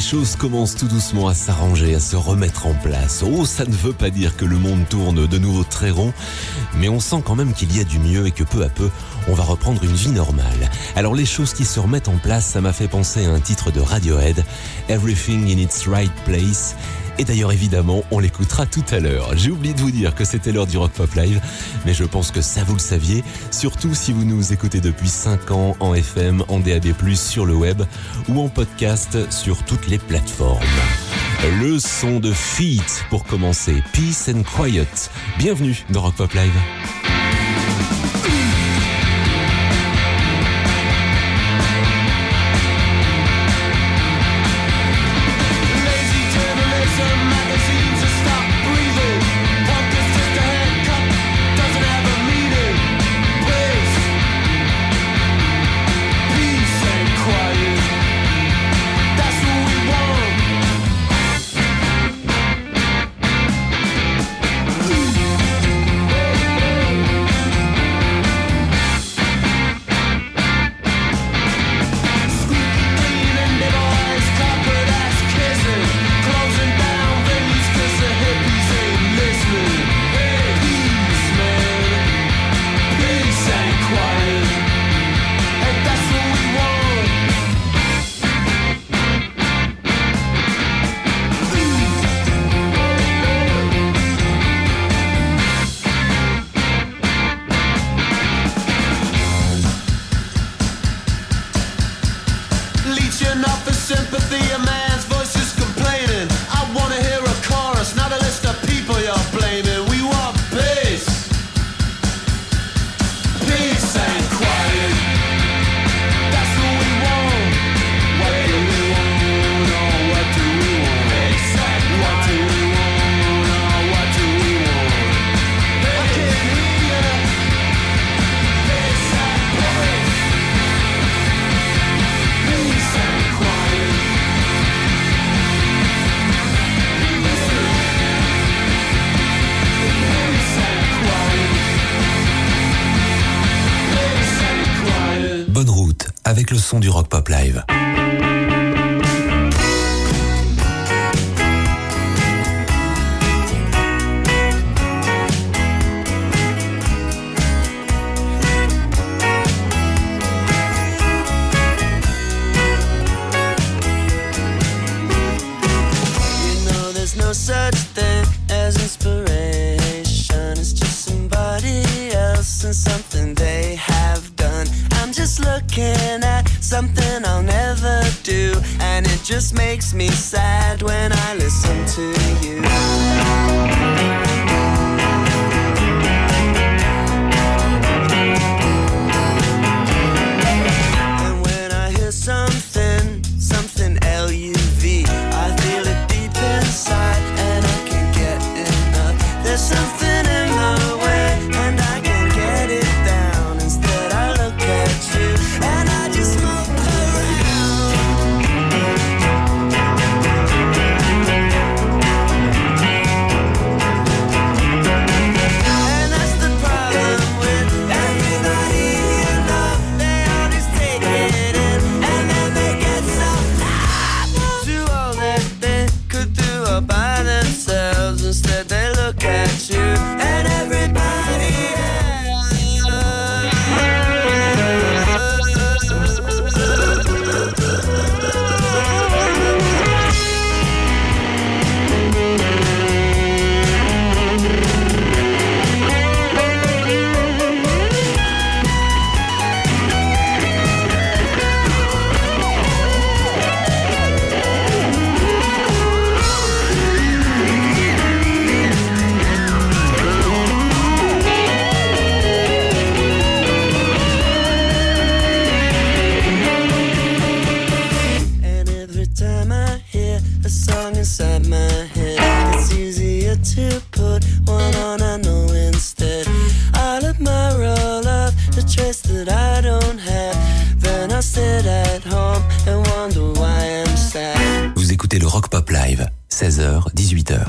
choses commencent tout doucement à s'arranger, à se remettre en place. Oh, ça ne veut pas dire que le monde tourne de nouveau très rond, mais on sent quand même qu'il y a du mieux et que peu à peu, on va reprendre une vie normale. Alors les choses qui se remettent en place, ça m'a fait penser à un titre de Radiohead, Everything in its Right Place. Et d'ailleurs, évidemment, on l'écoutera tout à l'heure. J'ai oublié de vous dire que c'était l'heure du Rock Pop Live, mais je pense que ça vous le saviez, surtout si vous nous écoutez depuis 5 ans en FM, en DAB+, sur le web ou en podcast sur toutes les plateformes. Le son de Feet pour commencer, Peace and Quiet. Bienvenue dans Rock Pop Live. Avec le son du Rock Pop Live. No such thing as inspiration. It's just somebody else and something they have done. I'm just looking at something I'll never do, and it just makes me sad when I listen to you. And when I hear something L-U-V, I feel it deep inside and I can't get enough. There's something in the way and I can't get it down. Instead I look at you and I just smoke around. And that's the problem with everybody, you know. They all just take it in and then they get so do all that they could do all by themselves. Instead they look at you and everybody else. And every time I hear a song inside my head, it's easier to put one on I know instead. I'll admire all of the traits that I don't have. Then I'll sit at home and wonder why I'm sad. Vous écoutez le Rock Pop Live, 16h, 18h.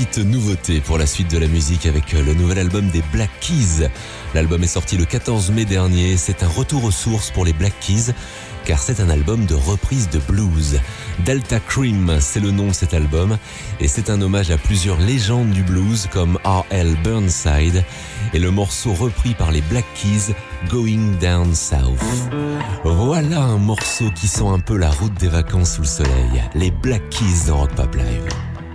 petite nouveauté pour la suite de la musique avec le nouvel album des Black Keys. L'album est sorti le 14 mai dernier. C'est un retour aux sources pour les Black Keys, car c'est un album de reprise de blues. Delta Cream, c'est le nom de cet album, et c'est un hommage à plusieurs légendes du blues comme R.L. Burnside et le morceau repris par les Black Keys, Going Down South. Voilà un morceau qui sent un peu la route des vacances sous le soleil. Les Black Keys dans Rock Pop Live.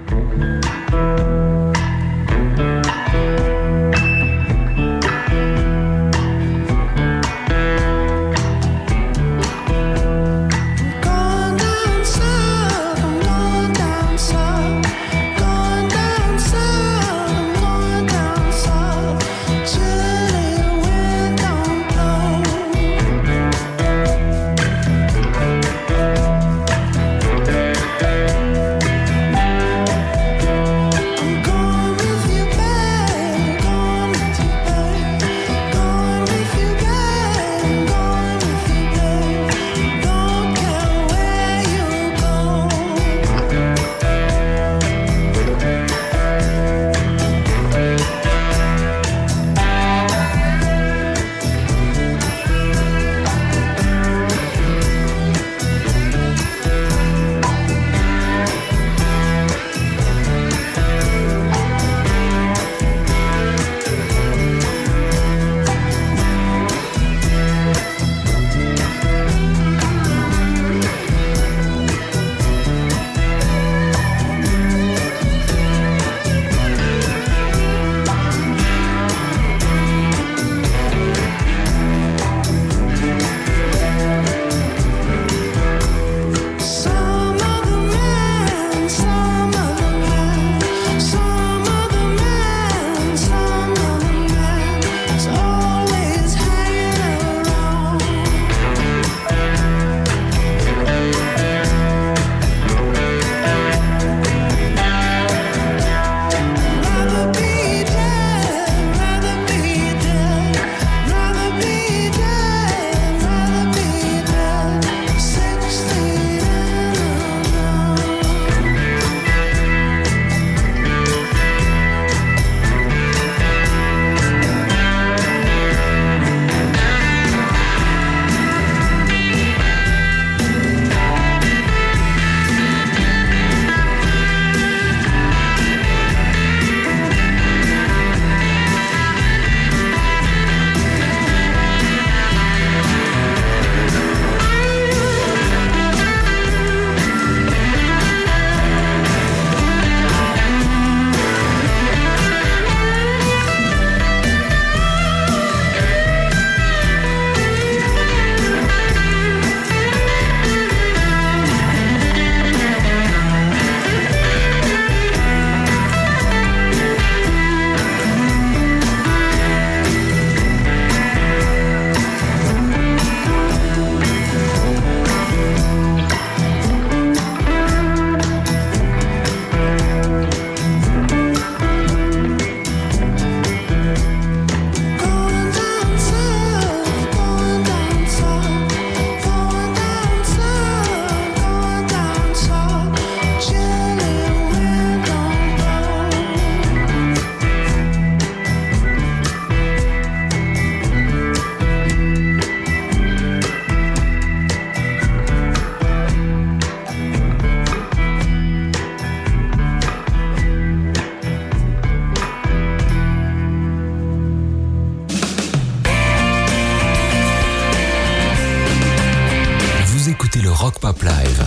Rock Pop Live.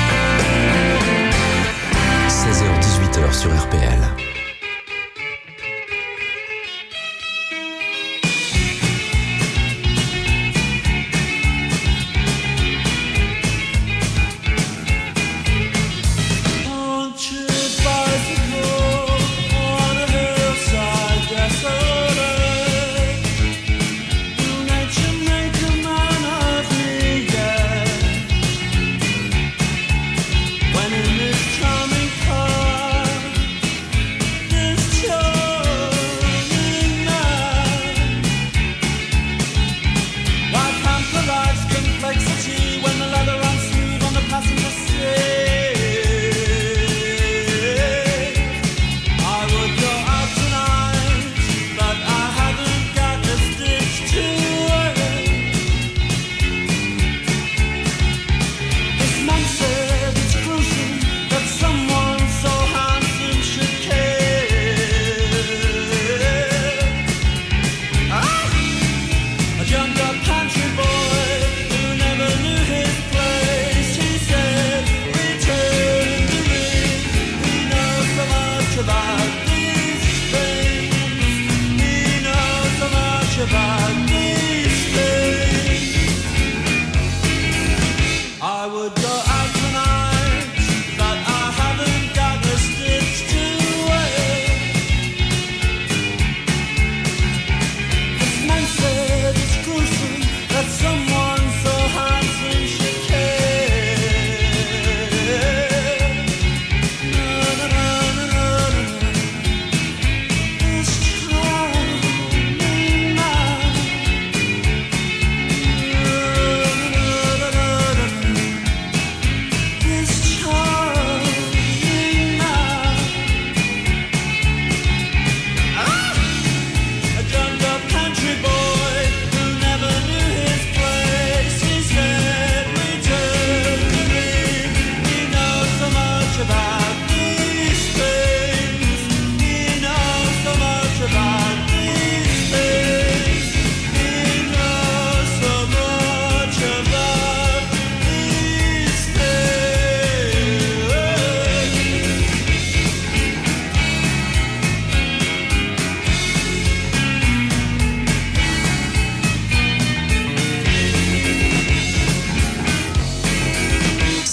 16h-18h sur RPL.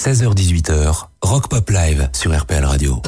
16h-18h, Rock Pop Live sur RPL Radio.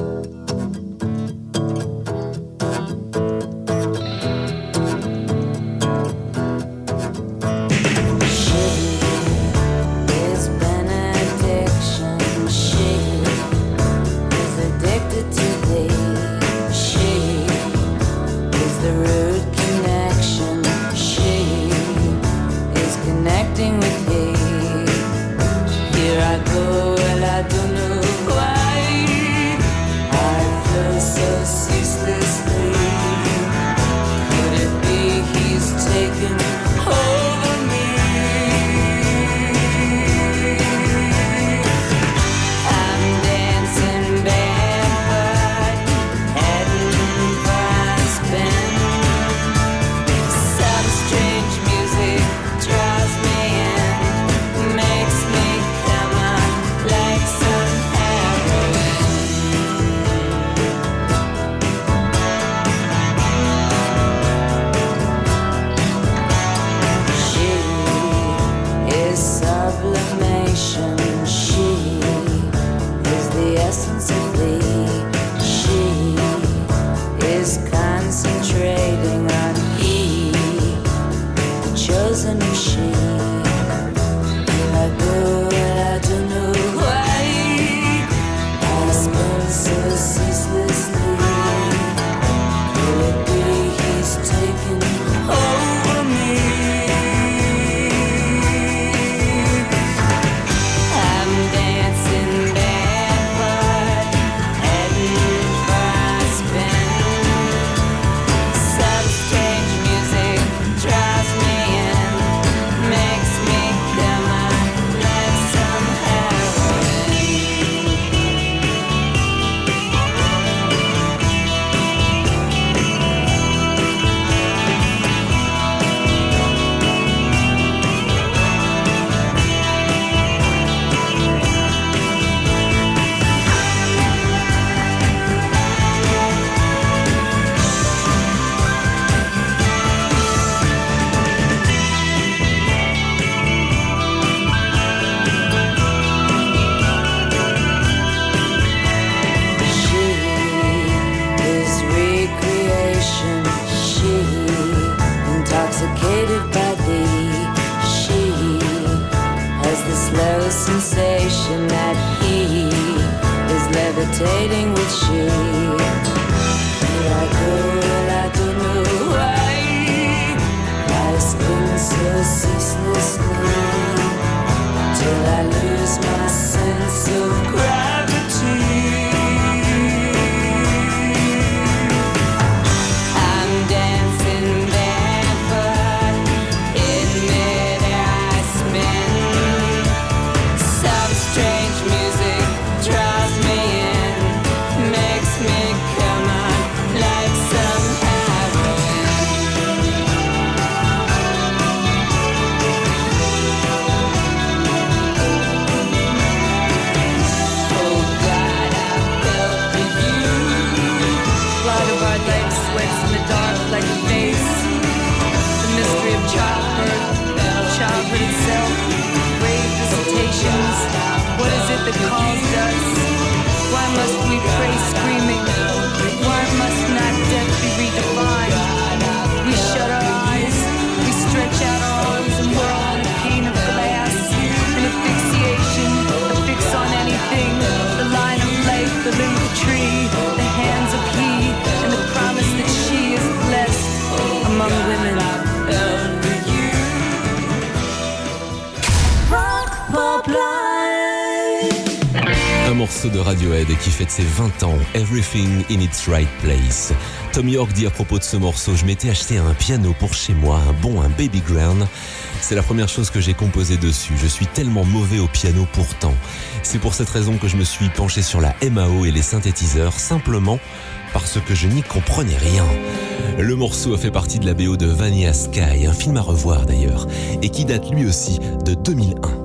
De Radiohead qui fête ses 20 ans, Everything in its Right Place. Tom York dit à propos de ce morceau: je m'étais acheté un piano pour chez moi, un baby grand. C'est la première chose que j'ai composée dessus. Je suis tellement mauvais au piano pourtant. C'est pour cette raison que je me suis penché sur la MAO et les synthétiseurs, simplement parce que je n'y comprenais rien. Le morceau a fait partie de la BO de Vanilla Sky, un film à revoir d'ailleurs, et qui date lui aussi de 2001.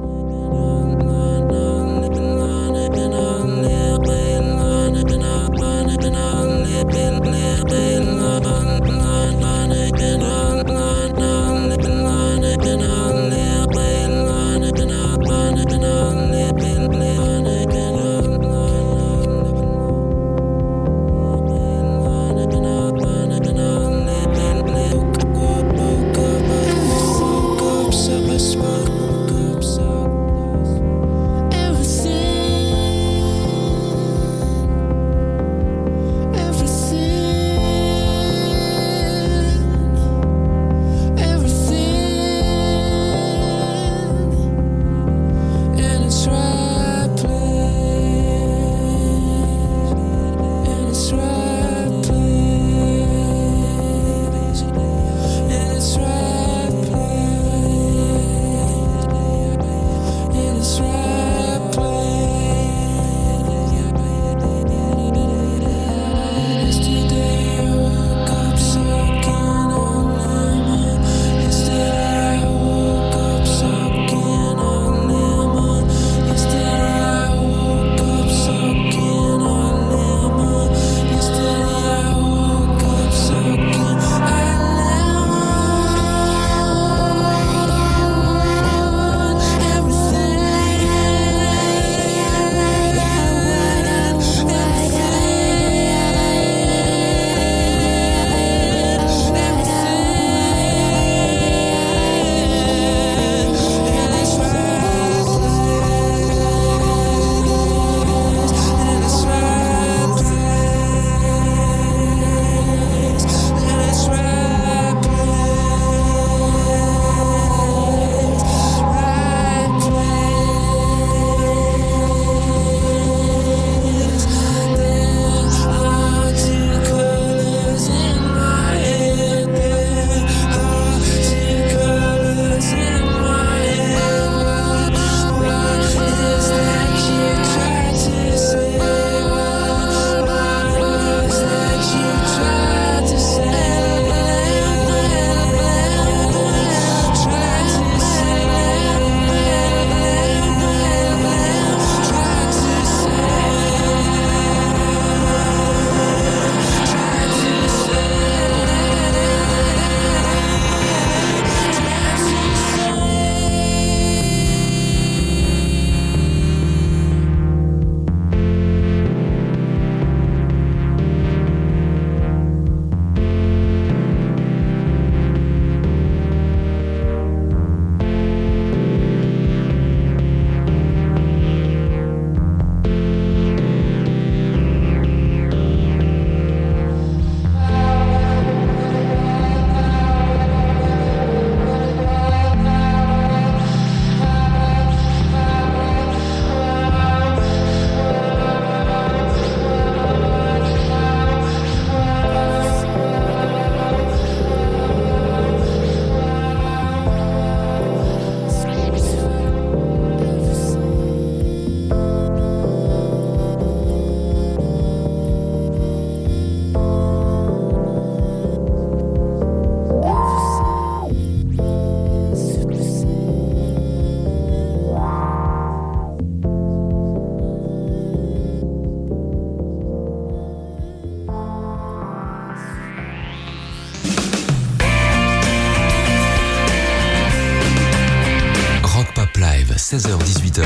16h-18h.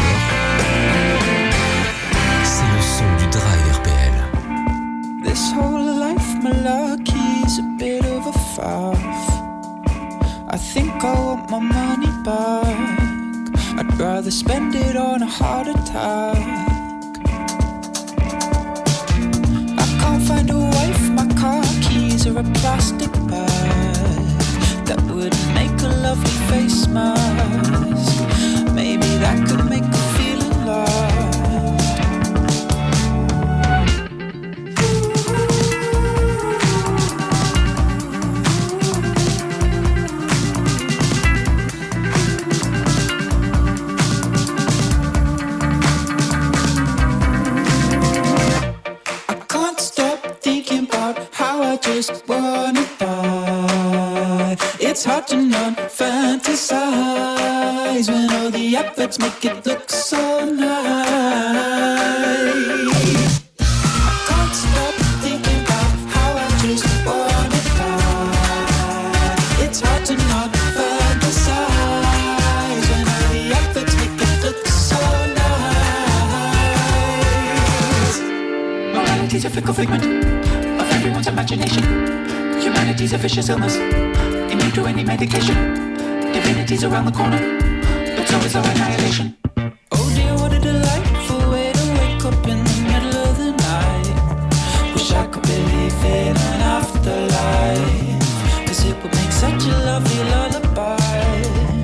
C'est le son du Drive RPL. This whole life malarkey's a bit of a farce. I think I want my money back. I'd rather spend it on a heart attack. I can't find a wife, my car keys are a plastic bag that would make a lovely face mask. Maybe that could make her feel alive. Just wanna die. It's hard to not fantasize when all the efforts make it look so nice. I can't stop thinking about how I just wanna die. It's hard to not fantasize when all the efforts make it look so nice. Morality's a fickle figment of everyone's imagination. Humanity's a vicious illness, immune to any medication. Divinity's around the corner, but so is our annihilation. Oh dear, what a delightful way to wake up in the middle of the night. Wish I could believe in an afterlife, 'cause it would make such a lovely lullaby.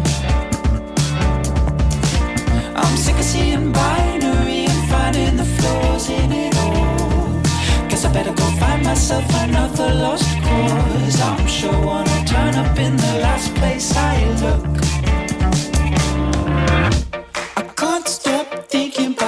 I'm sick of seeing binary and finding the flaws in it all. Guess I better go find myself another lost cause. I'm sure one will turn up in the last place I look. I can't stop thinking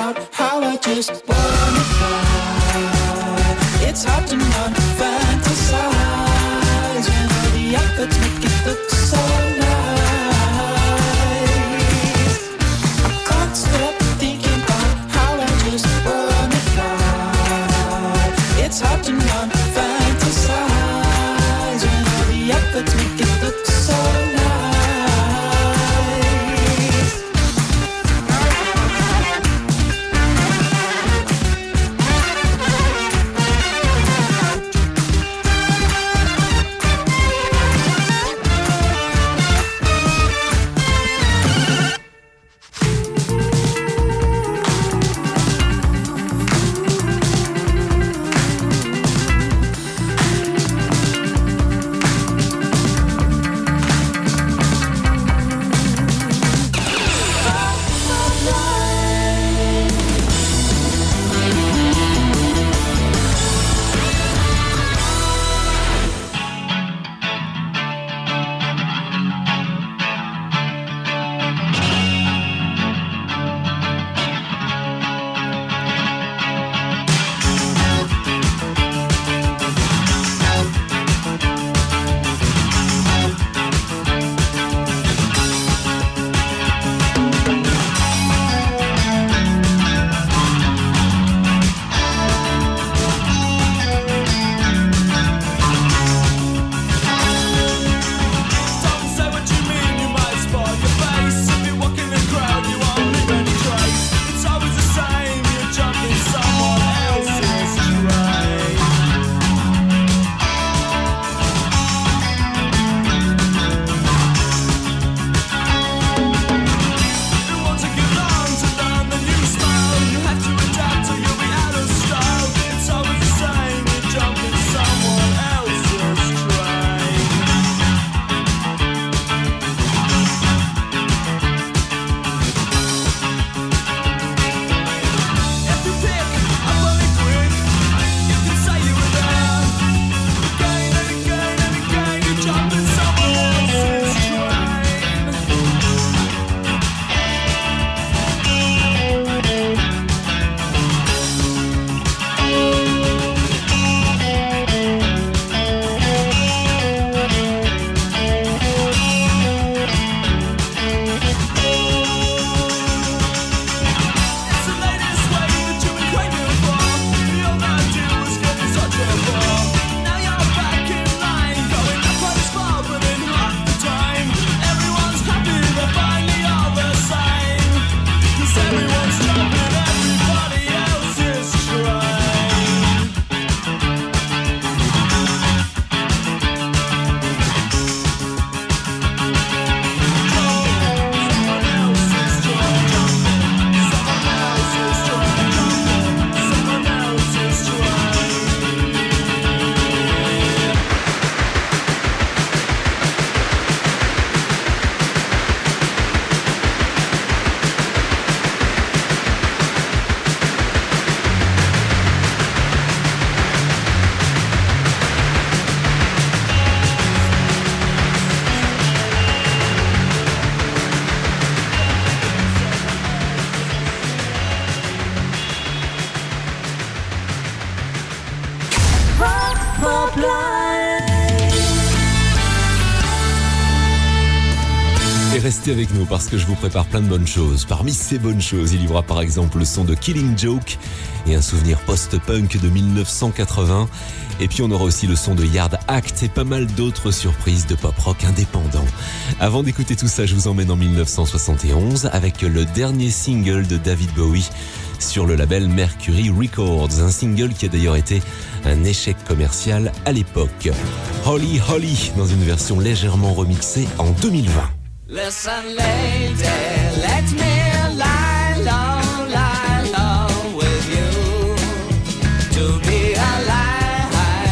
Restez avec nous parce que je vous prépare plein de bonnes choses. Parmi ces bonnes choses, il y aura par exemple le son de Killing Joke et un souvenir post-punk de 1980. Et puis on aura aussi le son de Yard Act et pas mal d'autres surprises de pop-rock indépendant. Avant d'écouter tout ça, je vous emmène en 1971 avec le dernier single de David Bowie sur le label Mercury Records. Un single qui a d'ailleurs été un échec commercial à l'époque. Holly Holly dans une version légèrement remixée en 2020. Listen lady, let me lie low with you. To be alive,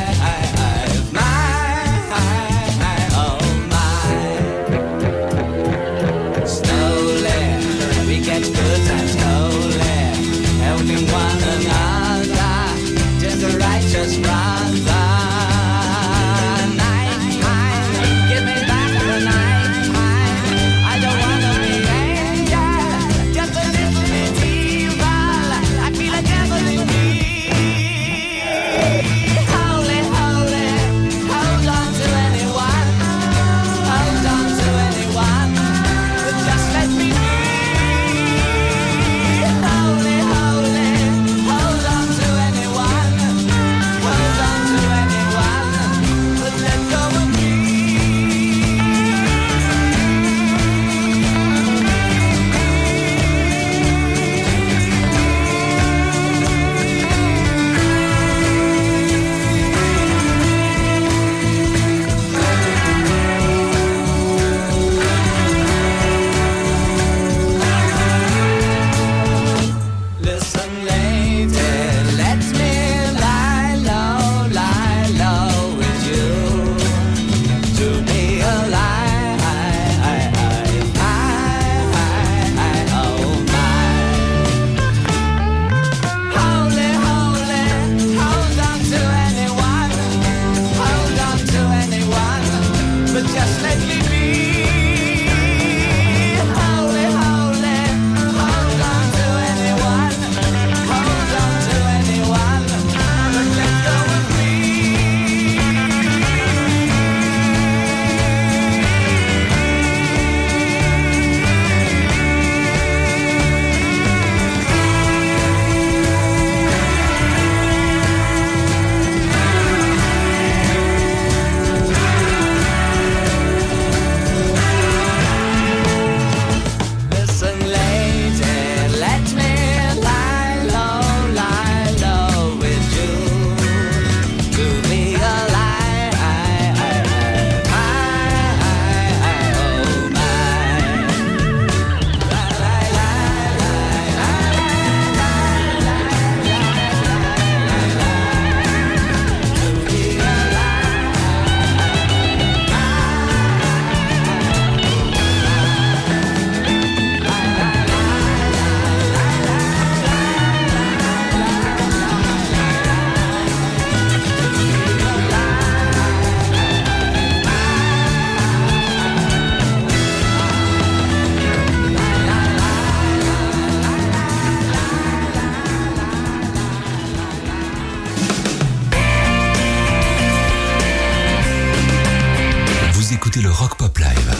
slowly, we get good and slowly, helping one another, just a righteous brother. Le Rock Pop Live.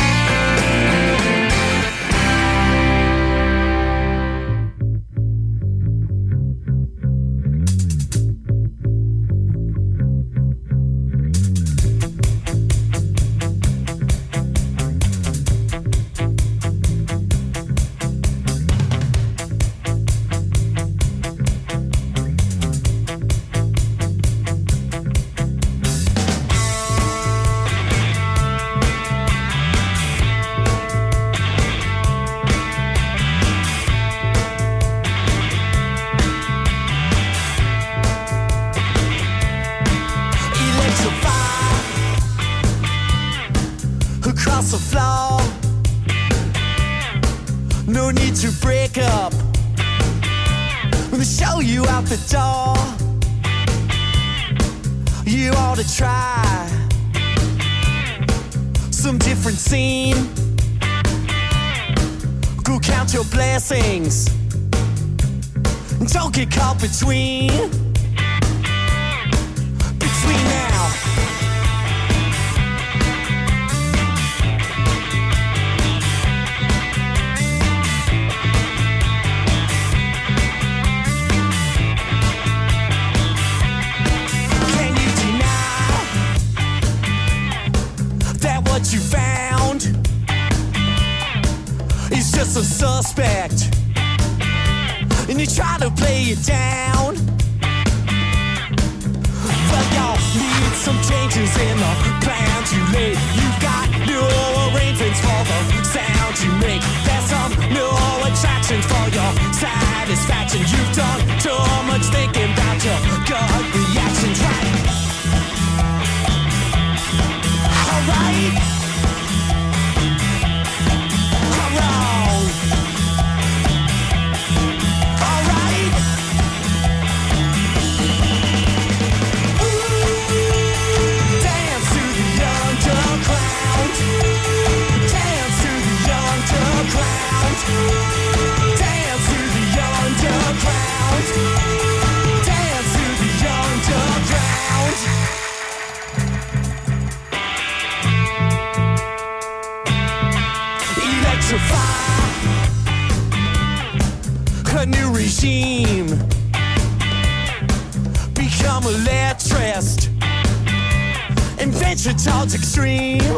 Don't get caught between now. he's just a suspect, and you try to play it down. Well, y'all need some changes in the plans you laid. You've got new arrangements for the sound you make. There's some new attractions for your satisfaction. You've done too much thinking about your gut reactions, right? Alright. Alright. Alright. Dance to the underground. Dance to the underground. Dance to the underground. Dance to the underground. Electrify a new regime. Become electricist. Invention towards extreme.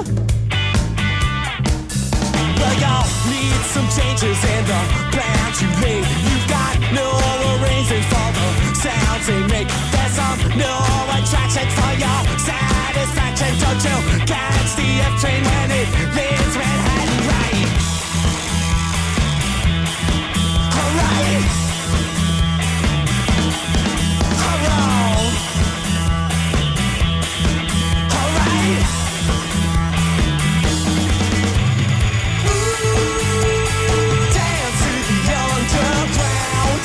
Well, y'all need some changes in the plans you laid. You've got no arrangements for the sounds they make. There's some no attraction for your satisfaction. Don't you catch the F train when it leaves Manhattan, right? Alright. Alright. Alright. Dance to the underground.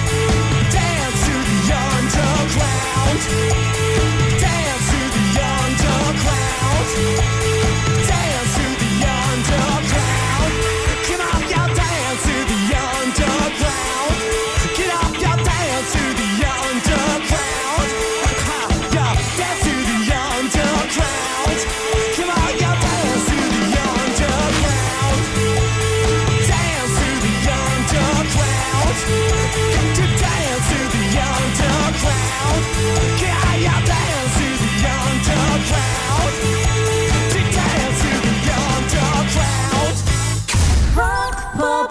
Dance to the underground. Dance to the underground. Dance to the underground. Come on, y'all, dance to the underground. Get up, y'all, dance to the underground. Ha, y'all, dance to the underground. Come on, y'all, dance to the underground. Dance to the underground. To dance to the underground. Yeah, y'all, dance to the underground. To dance to the underground. Rock Pop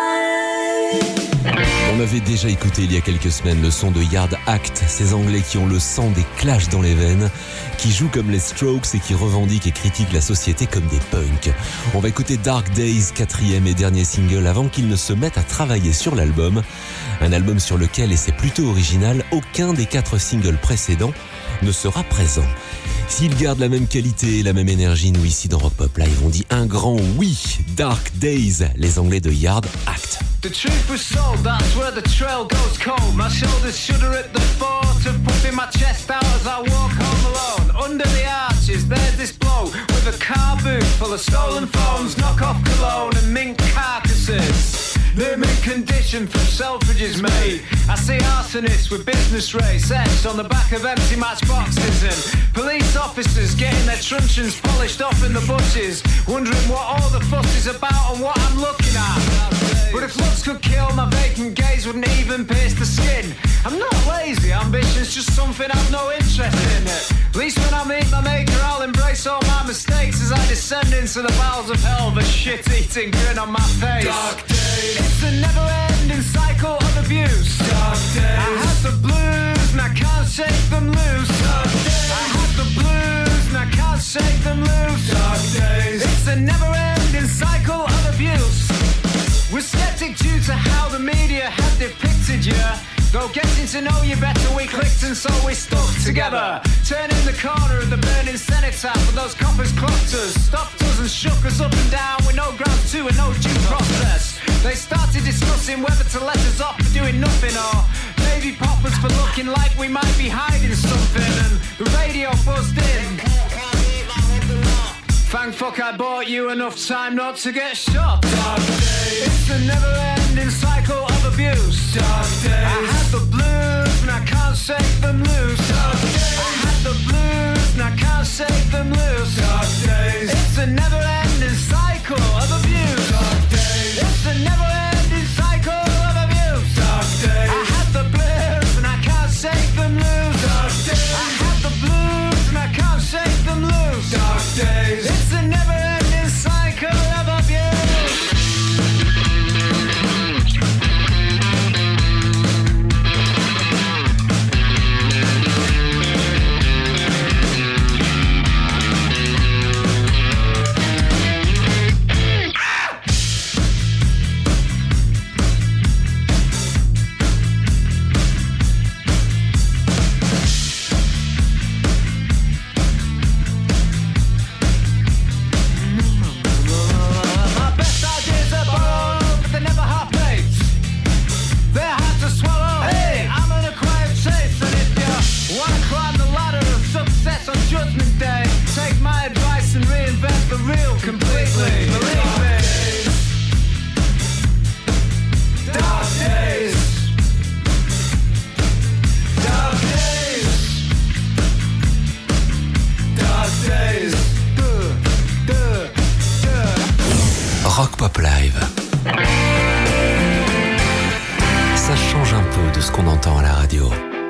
Live. On avait déjà écouté il y a quelques semaines le son de Yard Act, ces Anglais qui ont le sang des Clash dans les veines, qui jouent comme les Strokes et qui revendiquent et critiquent la société comme des punks. On va écouter Dark Days, 4e et dernier single, avant qu'ils ne se mettent à travailler sur l'album. Un album sur lequel, et c'est plutôt original, aucun des 4 singles précédents ne sera présent. S'ils gardent la même qualité et la même énergie, nous ici dans Rock Pop Live, on dit un grand oui. Dark Days, les Anglais de Yard Act. The truth was sold, that's where the trail goes cold. My shoulders shudder at the thought of puffing my chest out as I walk home alone. Under the arches, there's this bloke with a car boot full of stolen phones, knock-off cologne and mink carcasses. They're mint condition from Selfridges, mate. I see arsonists with business rates etched on the back of empty matchboxes, and police officers getting their truncheons polished off in the bushes, wondering what all the fuss is about and what I'm looking at. But if looks could kill, my vacant gaze wouldn't even pierce the skin. I'm not lazy, ambition's just something I've no interest in. At least when I meet my maker, I'll embrace all my mistakes as I descend into the bowels of hell, the shit-eating grin on my face. Dark days. It's a never-ending cycle of abuse. Dark days. I had the blues and I can't shake them loose. Dark days. I had the blues and I can't shake them loose. Dark days. It's a never-ending cycle of abuse. We're skeptic due to how the media had depicted you. Though getting to know you better, we clicked and so we stuck together. Turning the corner of the burning cenotaph, but those coppers clocked us, stopped us and shook us up and down with no grounds to and no due process. They started discussing whether to let us off for doing nothing or maybe pop us for looking like we might be hiding something. And the radio buzzed in. Thank fuck I bought you enough time not to get shot. Dark days. It's a never-ending cycle of abuse. Dark days. I had the blues and I can't shake them loose. Dark days. I had the blues and I can't shake them loose. Dark days. It's a never-ending cycle of abuse. Dark days. It's a never-ending cycle of abuse. Dark days. I had the blues and I can't shake them loose. Dark days. I had the blues and I can't shake them loose. Dark days. It's a never-ending cycle of abuse. Rock Pop Live. Ça change un peu de ce qu'on entend à la radio.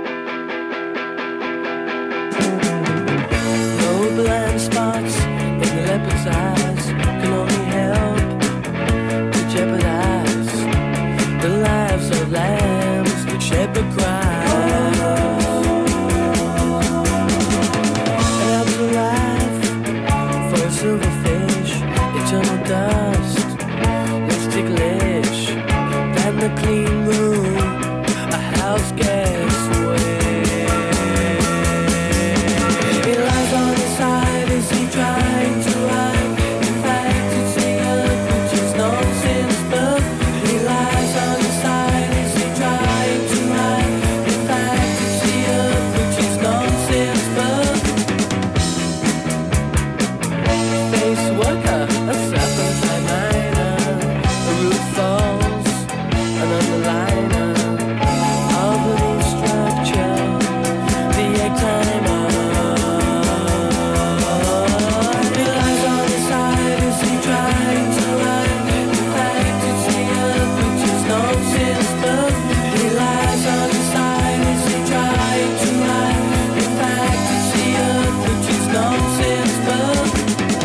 No blind spots in the leopard's eyes can only help to jeopardize the lives of lambs that shepherd cries. And I was alive for a silverfish, eternal dust, less ticklish than the clean room, a house guest way. It lies on his side as he tries to hide. In fact, it's the earth which is nonsense, but he lies on his side as he tries to hide. In fact, it's the earth which is nonsense, but face worker, a self-employed miner, a roof falls, an underliner of the structure, the egg timer. He lies on his side as he tries to hide. In fact, it's the earth which is nonsense, but he lies on his side as he tries to hide. In fact, it's the earth which is nonsense, but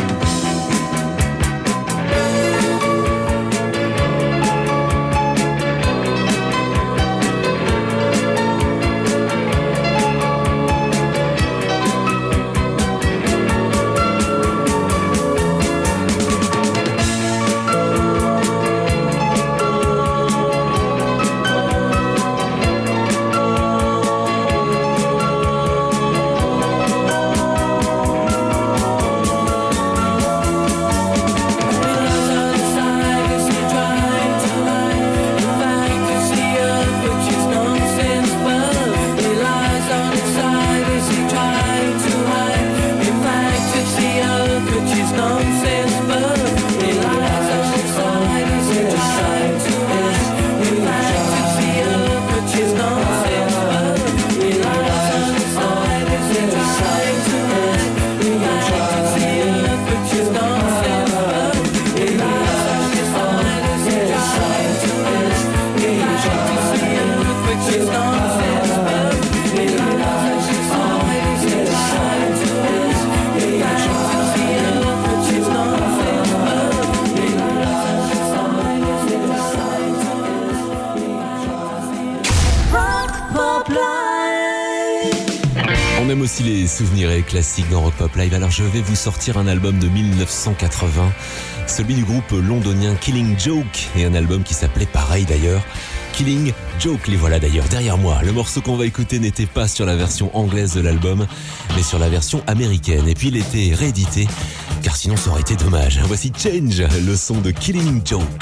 On aime aussi les souvenirs et les classiques dans Rock Pop Live. Alors je vais vous sortir un album de 1980, celui du groupe londonien Killing Joke, et un album qui s'appelait pareil d'ailleurs, Killing Joke. Les voilà d'ailleurs derrière moi. Le morceau qu'on va écouter n'était pas sur la version anglaise de l'album, mais sur la version américaine. Et puis il était réédité, car sinon ça aurait été dommage. Voici Change, le son de Killing Joke.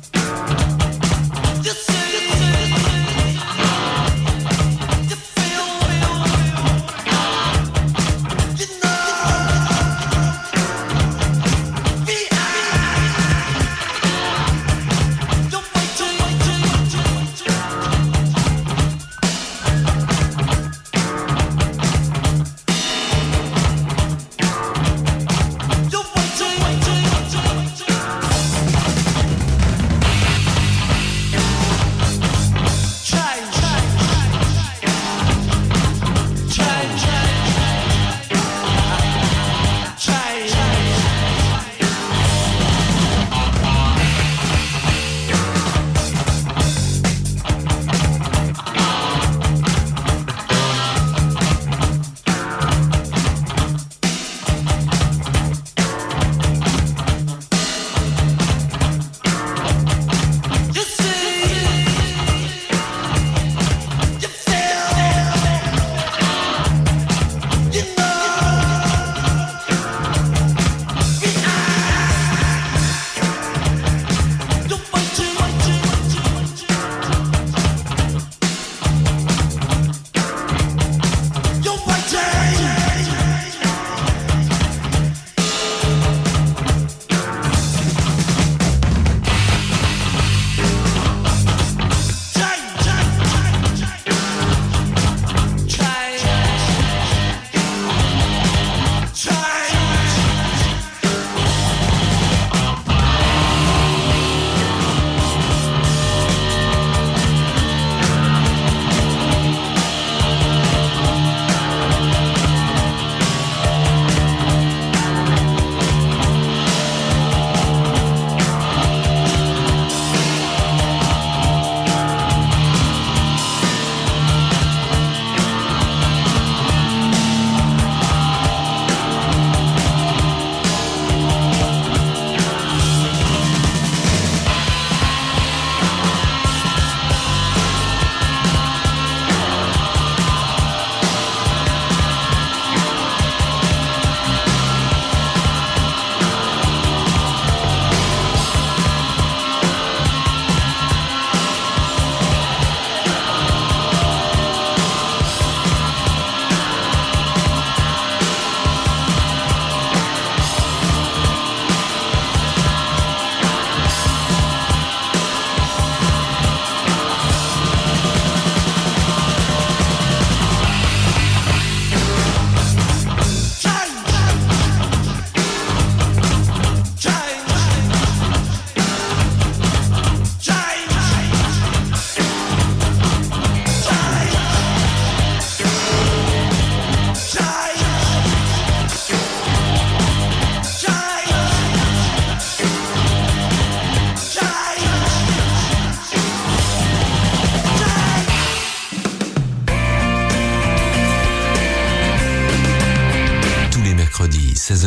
You feel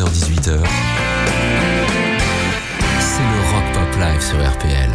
17h-18h. C'est le Rock Pop Live sur RPL.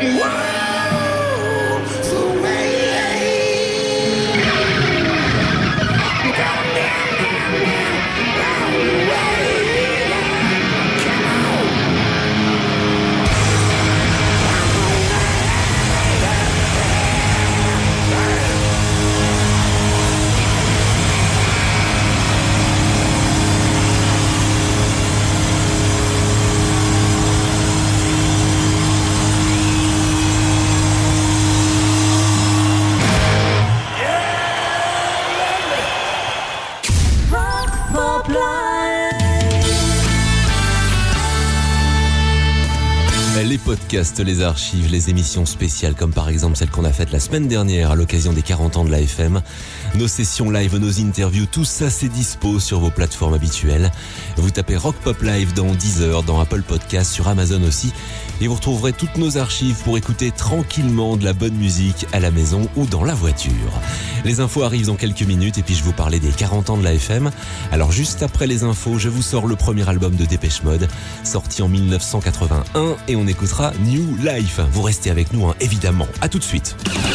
Les podcasts, les archives, les émissions spéciales comme par exemple celle qu'on a faite la semaine dernière à l'occasion des 40 ans de la FM, nos sessions live, nos interviews, tout ça c'est dispo sur vos plateformes habituelles. Vous tapez Rock Pop Live dans Deezer, dans Apple Podcasts, sur Amazon aussi et vous retrouverez toutes nos archives pour écouter tranquillement de la bonne musique à la maison ou dans la voiture. Les infos arrivent dans quelques minutes et puis je vous parlais des 40 ans de la FM. Alors juste après les infos, je vous sors le premier album de Dépêche Mode, sorti en 1981 et on écoutera New Life. Vous restez avec nous, hein, évidemment. À tout de suite.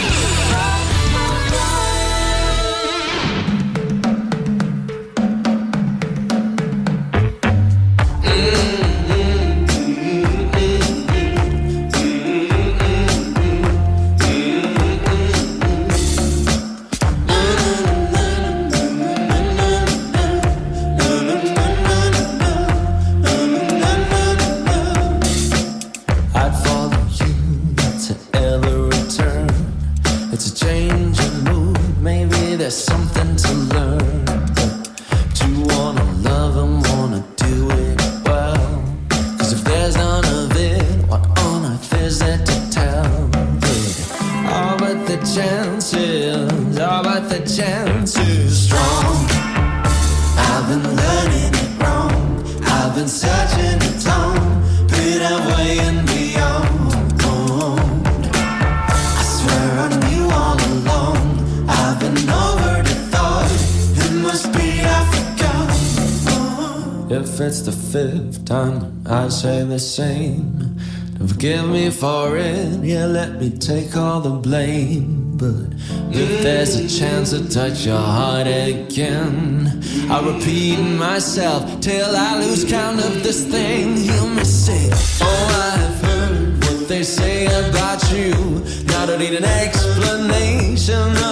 If it's the fifth time I say the same, don't forgive me for it, yeah, let me take all the blame. But if there's a chance to touch your heart again, I'll repeat myself till I lose count of this thing. Hear me say, oh, I've heard what they say about you. Now I don't need an explanation.